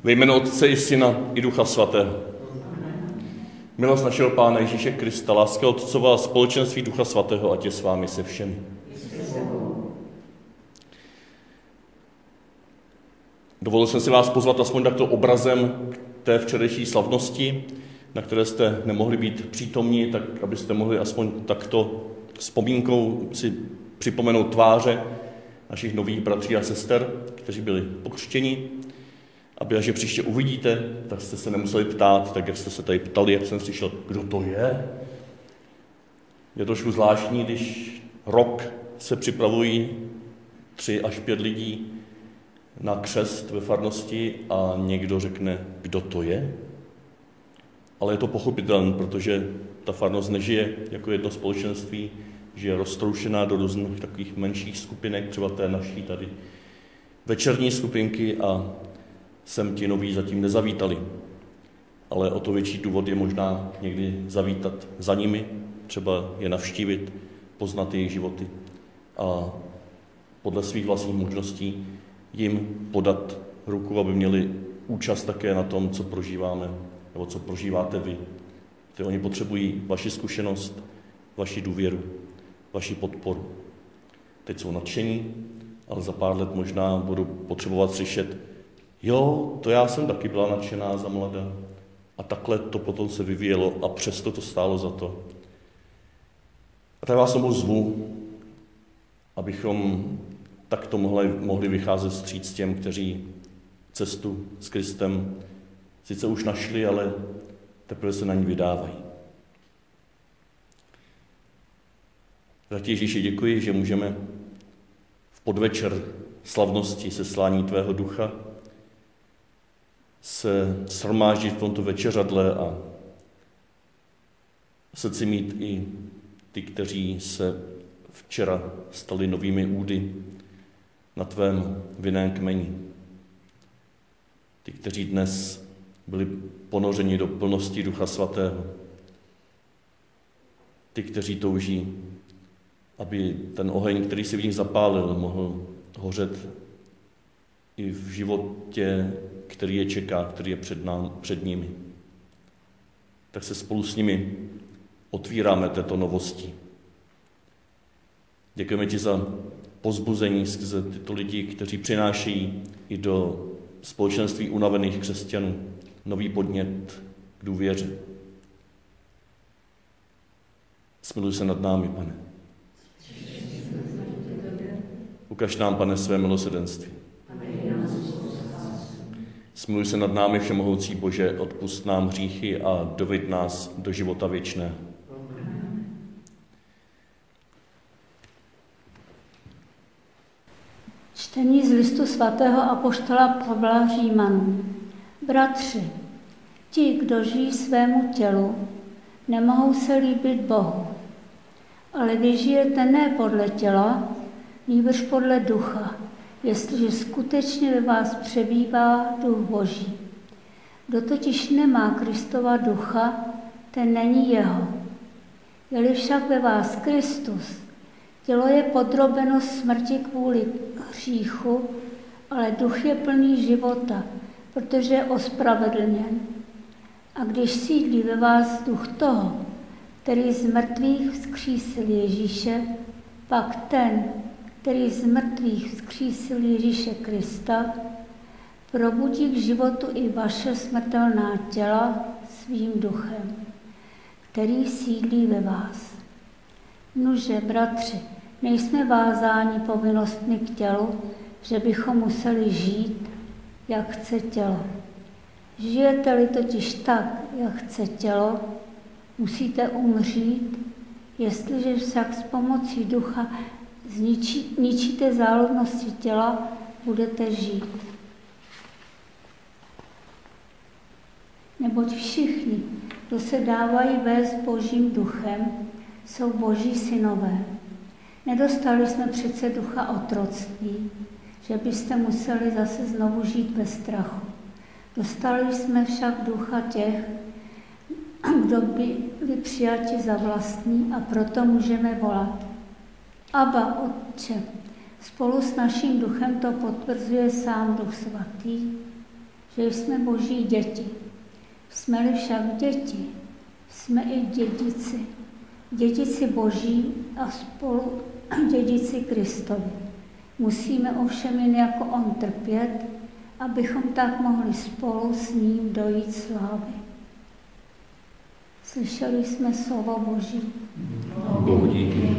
Ve jménu Otce i Syna i Ducha Svatého. Milost našeho Pána Ježíše Krista, láska Otcova a společenství Ducha Svatého, ať je s vámi se všemi. Dovolil jsem si vás pozvat aspoň takto obrazem k té včerejší slavnosti, na které jste nemohli být přítomní, tak abyste mohli aspoň takto vzpomínkou si připomenout tváře našich nových bratří a sester, kteří byli pokřtěni, aby až je příště uvidíte, tak jste se nemuseli ptát, tak jak jste se tady ptali, jak jsem slyšel, kdo to je. Je trošku zvláštní, když rok se připravují 3 až 5 lidí na křest ve farnosti a někdo řekne, kdo to je. Ale je to pochopitelné, protože ta farnost nežije jako jedno společenství, že je roztroušená do různých takových menších skupinek, třeba té naší tady večerní skupinky a sem ti noví zatím nezavítali. Ale o to větší důvod je možná někdy zavítat za nimi, třeba je navštívit, poznat jejich životy a podle svých vlastních možností jim podat ruku, aby měli účast také na tom, co prožíváme, nebo co prožíváte vy. Protože oni potřebují vaši zkušenost, vaši důvěru, vaši podporu. Teď jsou nadšení, ale za pár let možná budu potřebovat slyšet, jo, to já jsem taky byla nadšená za mladá. A takhle to potom se vyvíjelo a přesto to stálo za to. A tak vás tomu zvu, abychom takto mohli vycházet vstříc těm, kteří cestu s Kristem sice už našli, ale teprve se na ní vydávají. Bratři Ježíši, děkuji, že můžeme v podvečer slavnosti seslání tvého ducha se shromáždit v tomto večeřadle a v srdci mít i ty, kteří se včera stali novými údy na tvém vinném kmeni. Ty, kteří dnes byli ponořeni do plnosti Ducha Svatého. Ty, kteří touží, aby ten oheň, který si v nich zapálil, mohl hořet i v životě, který je čeká, který je před nimi. Tak se spolu s nimi otvíráme této novosti. Děkujeme ti za povzbuzení skrze tyto lidi, kteří přinášejí i do společenství unavených křesťanů nový podnět k důvěře. Smiluj se nad námi, Pane. Ukaž nám, Pane, své milosrdenství. Smiluj se nad námi, všemohoucí Bože, odpusť nám hříchy a doveď nás do života věčného. Čtení z listu svatého apoštola Pavla Římanům. Bratři, ti, kdo žijí svému tělu, nemohou se líbit Bohu. Ale vy žijete ne podle těla, nýbrž podle ducha, jestliže skutečně ve vás přebývá duch Boží. Kdo totiž nemá Kristova ducha, ten není jeho. Je-li však ve vás Kristus, tělo je podrobeno smrti kvůli hříchu, ale duch je plný života, protože je ospravedlněn. A když sídlí ve vás duch toho, který z mrtvých vzkřísil Ježíše, pak ten, který z mrtvých vzkřísil Ježíše Krista, probudí k životu i vaše smrtelná těla svým duchem, který sídlí ve vás. Nuže, bratři, nejsme vázáni povinnostmi k tělu, že bychom museli žít, jak chce tělo. Žijete-li totiž tak, jak chce tělo, musíte umřít, jestliže však s pomocí ducha ničíte záludnosti těla, budete žít. Neboť všichni, kdo se dávají vést Božím duchem, jsou Boží synové. Nedostali jsme přece ducha otroctví, že byste museli zase znovu žít ve strachu. Dostali jsme však ducha těch, kdo byli přijati za vlastní, a proto můžeme volat: Abba, Otče. Spolu s naším duchem to potvrzuje sám Duch Svatý, že jsme Boží děti. Jsme-li však děti, jsme i dědici. Dědici Boží a spolu dědici Kristovi. Musíme ovšem jen jako on trpět, abychom tak mohli spolu s ním dojít slávy. Slyšeli jsme slovo Boží. Bohu díky.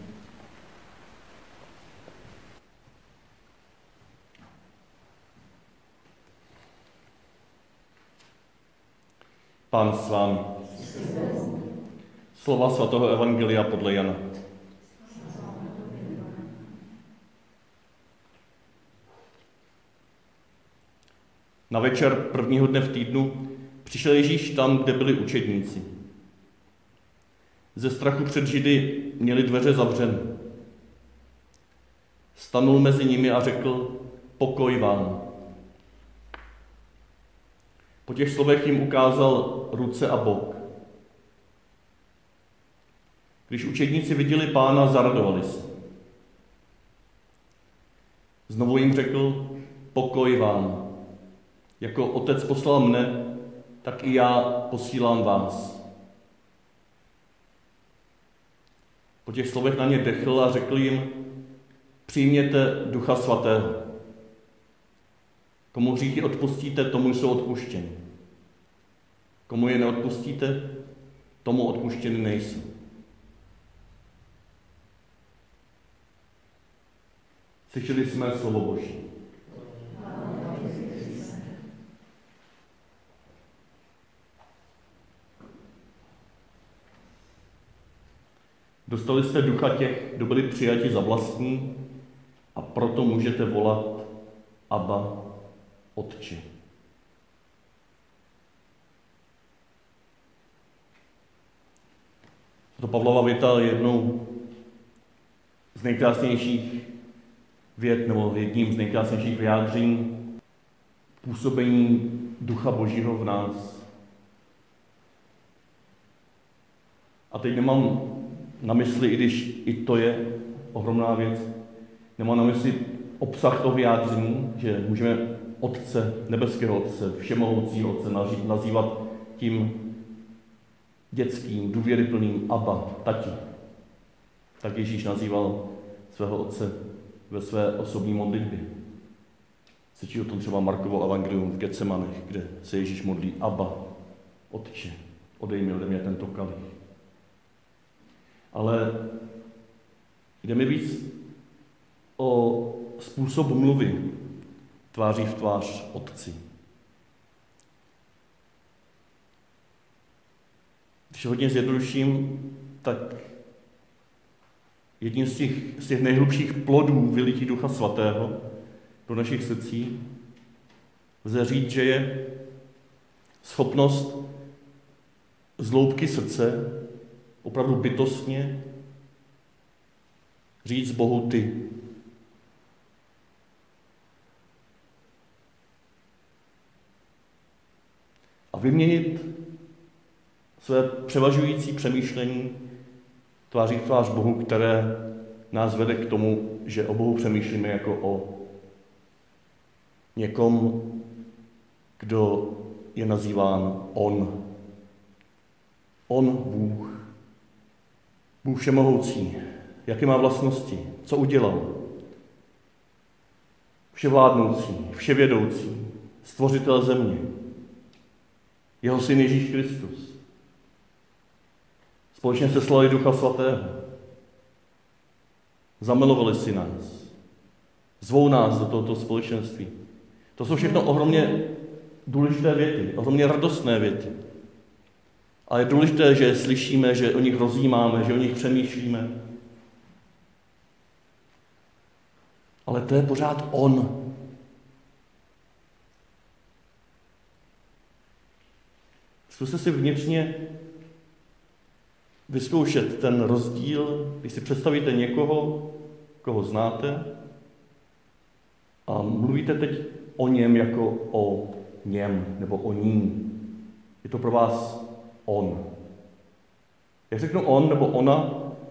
Pán s vámi. Slova svatého evangelia podle Jana. Na večer prvního dne v týdnu přišel Ježíš tam, kde byli učedníci. Ze strachu před Židy měli dveře zavřené. Stanul mezi nimi a řekl: pokoj vám. Po těch slovech jim ukázal ruce a bok. Když učedníci viděli Pána, zaradovali se. Znovu jim řekl: pokoj vám. Jako Otec poslal mne, tak i já posílám vás. Po těch slovech na ně dechl a řekl jim: přijměte Ducha Svatého. Komu hříchy odpustíte, tomu jsou odpuštěny. Komu je neodpustíte, tomu odpuštěny nejsou. Slyšeli jsme slovo Boží. Dostali jste ducha těch, kdo byli přijati za vlastní, a proto můžete volat Abba, Otče. To Pavlova věta je jednou z nejkrásnějších vět, nebo jedním z nejkrásnějších vyjádření působení Ducha Božího v nás. A teď nemám na mysli, i když i to je ohromná věc, nemám na mysli obsah toho vyjádření, že můžeme Otce, nebeského Otce, všemohoucího Otce nazývat tím dětským, důvěryplným Abba, tati. Tak Ježíš nazýval svého Otce ve své osobní modlitbě. Sečí o tom třeba Markovo evangelium v Getsemanech, kde se Ježíš modlí: Abba, Otče, odej mi ode mě tento kalich. Ale jde mi víc o způsob mluvy tváří v tvář Otci. Když hodně zjednoduším, tak jedním z těch nejhlubších plodů vylití Ducha Svatého do našich srdcí lze říct, že je schopnost z hloubky srdce opravdu bytostně říct Bohu ty. A vyměnit své převažující přemýšlení tváří v tvář Bohu, které nás vede k tomu, že o Bohu přemýšlíme jako o někom, kdo je nazýván On. On, Bůh. Bůh všemohoucí. Jaké má vlastnosti? Co udělal? Vševládnoucí, vševědoucí, stvořitel země. Jeho syn Ježíš Kristus. Společně seslali Ducha Svatého. Zamilovali si nás. Zvou nás do tohoto společenství. To jsou všechno ohromně důležité věty, ohromně radostné věty. Ale je důležité, že je slyšíme, že o nich rozjímáme, že o nich přemýšlíme. Ale to je pořád On. Zkuste si vnitřně vyzkoušet ten rozdíl, když si představíte někoho, koho znáte, a mluvíte teď o něm jako o něm nebo o ní. Je to pro vás on. Jak řeknu on nebo ona,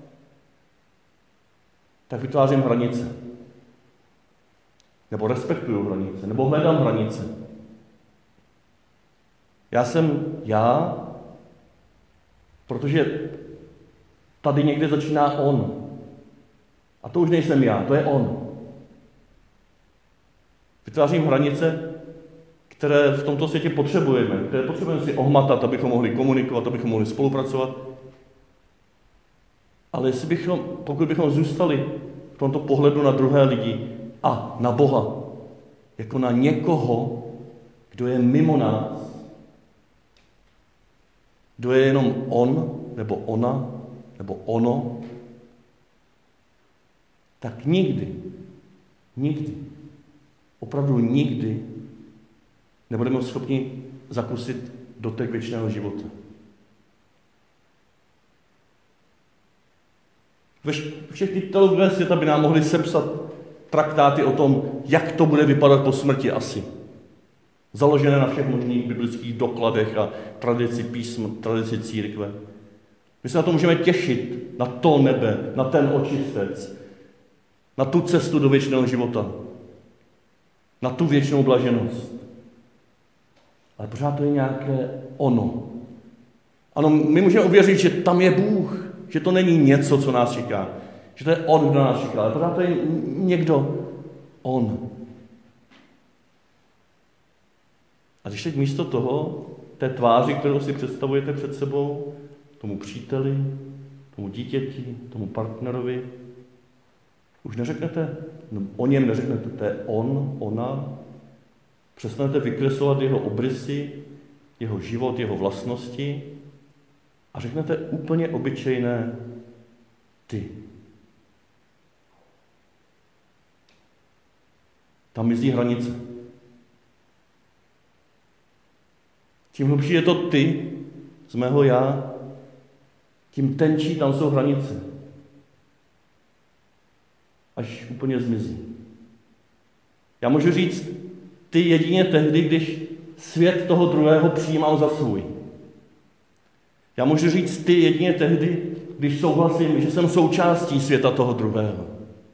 tak vytvářím hranice. Nebo respektuju hranice, nebo hledám hranice. Já jsem já, protože tady někde začíná on. A to už nejsem já, to je on. Vytvářím hranice, které v tomto světě potřebujeme, které potřebujeme si ohmatat, abychom mohli komunikovat, abychom mohli spolupracovat. Ale pokud bychom zůstali v tomto pohledu na druhé lidi a na Boha, jako na někoho, kdo je mimo nás, kdo je jenom on, nebo ona, nebo ono, tak nikdy, opravdu nikdy nebudeme schopni zakusit dotek věčného života. Všechny teologové světa by nám mohli sepsat traktáty o tom, jak to bude vypadat po smrti asi. Založené na všech možných biblických dokladech a tradici písm, tradici církve. My se na to můžeme těšit, na to nebe, na ten očistec, na tu cestu do věčného života, na tu věčnou blaženost. Ale pořád to je nějaké ono. Ano, my můžeme uvěřit, že tam je Bůh, že to není něco, co nás čeká, že to je on, kdo nás čeká, ale pořád to je někdo, on. A když teď místo toho, té tváři, kterou si představujete před sebou, tomu příteli, tomu dítěti, tomu partnerovi, už neřeknete, o něm neřeknete, to je on, ona, přestanete vykreslovat jeho obrysy, jeho život, jeho vlastnosti a řeknete úplně obyčejné ty. Tam mizí hranice. Čím hlubší je to ty z mého já, tím tenčí tam jsou hranice. Až úplně zmizí. Já můžu říct ty jedině tehdy, když svět toho druhého přijímám za svůj. Já můžu říct ty jedině tehdy, když souhlasím, že jsem součástí světa toho druhého.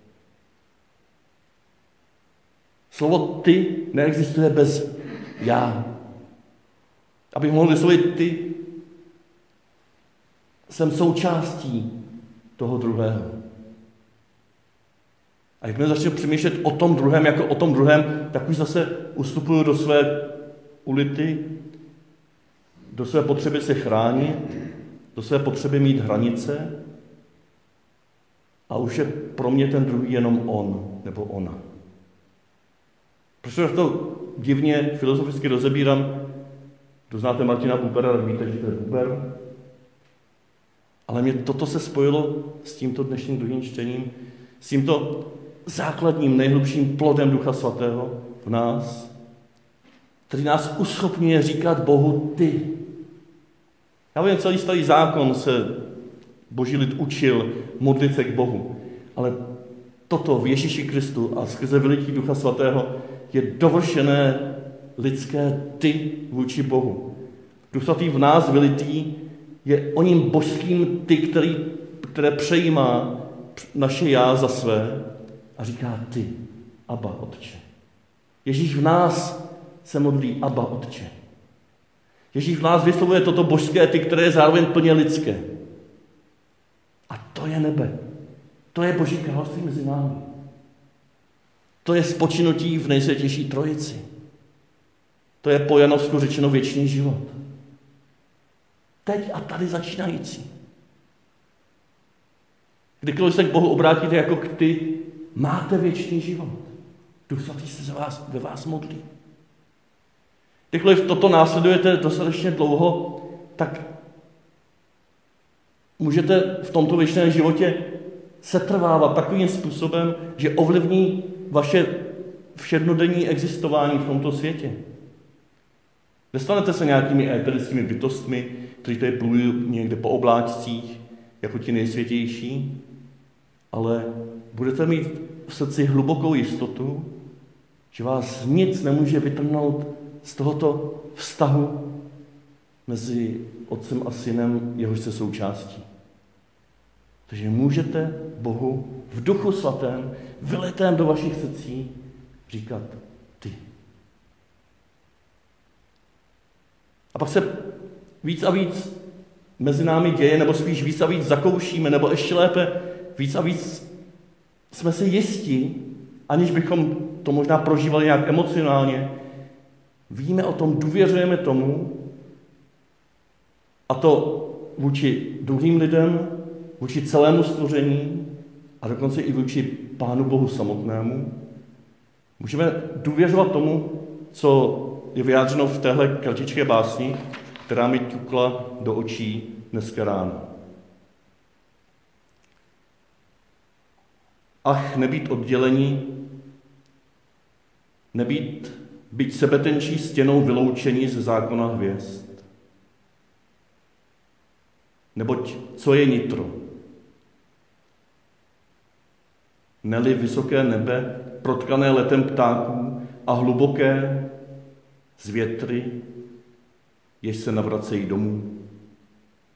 Slovo ty neexistuje bez já. Abych mohl vyslovit ty, jsem součástí toho druhého. A jakmile začnu přemýšlet o tom druhém jako o tom druhém, tak už zase ustupuju do své ulity, do své potřeby se chránit, do své potřeby mít hranice a už je pro mě ten druhý jenom on nebo ona. Proč to divně filozoficky rozebírám? Kdo znáte Martina Bubera, tak víte, že to je Buber. Ale mě toto se spojilo s tímto dnešním druhým čtením, s tímto základním, nejhlubším plodem Ducha Svatého v nás, který nás uschopňuje říkat Bohu ty. Já vím, celý starý zákon se Boží lid učil modlit se k Bohu, ale toto v Ježíši Kristu a skrze vylití Ducha Svatého je dovršené lidské ty vůči Bohu. Duch Svatý v nás vylitý je o ním božským ty, které přejímá naše já za své a říká ty, Abba, Otče. Ježíš v nás se modlí Abba, Otče. Ježíš v nás vyslovuje toto božské ty, které je zároveň plně lidské. A to je nebe. To je Boží království mezi námi. To je spočinutí v nejsvětější trojici. To je po Janovsku řečeno věčný život. Teď a tady začínající. Kdykoliv se k Bohu obrátíte jako k ty, máte věčný život. Duch Svatý se ve vás modlí. Kdykoliv toto následujete dostatečně dlouho, tak můžete v tomto věčném životě setrvávat takovým způsobem, že ovlivní vaše všednodenní existování v tomto světě. Nestanete se nějakými éterickými bytostmi, kteří tady plují někde po obláčcích, jako ti nejsvětější, ale budete mít v srdci hlubokou jistotu, že vás nic nemůže vytrhnout z tohoto vztahu mezi otcem a synem, jehož jste součástí. Takže můžete Bohu v Duchu Svatém, vyletém do vašich srdcí, říkat ty. A pak se víc a víc mezi námi děje, nebo spíš víc a víc zakoušíme, nebo ještě lépe, víc a víc jsme si jistí, aniž bychom to možná prožívali nějak emocionálně, víme o tom, důvěřujeme tomu, a to vůči druhým lidem, vůči celému stvoření a dokonce i vůči Pánu Bohu samotnému. Můžeme důvěřovat tomu, co je vyjádřeno v téhle kratičké básni, která mi ťukla do očí dneska ráno. Ach, nebýt oddělení, být sebetenčí stěnou vyloučení ze zákona hvězd. Neboť co je nitro? Neli vysoké nebe, protkané letem ptáků a hluboké z větry, jež se navracejí domů.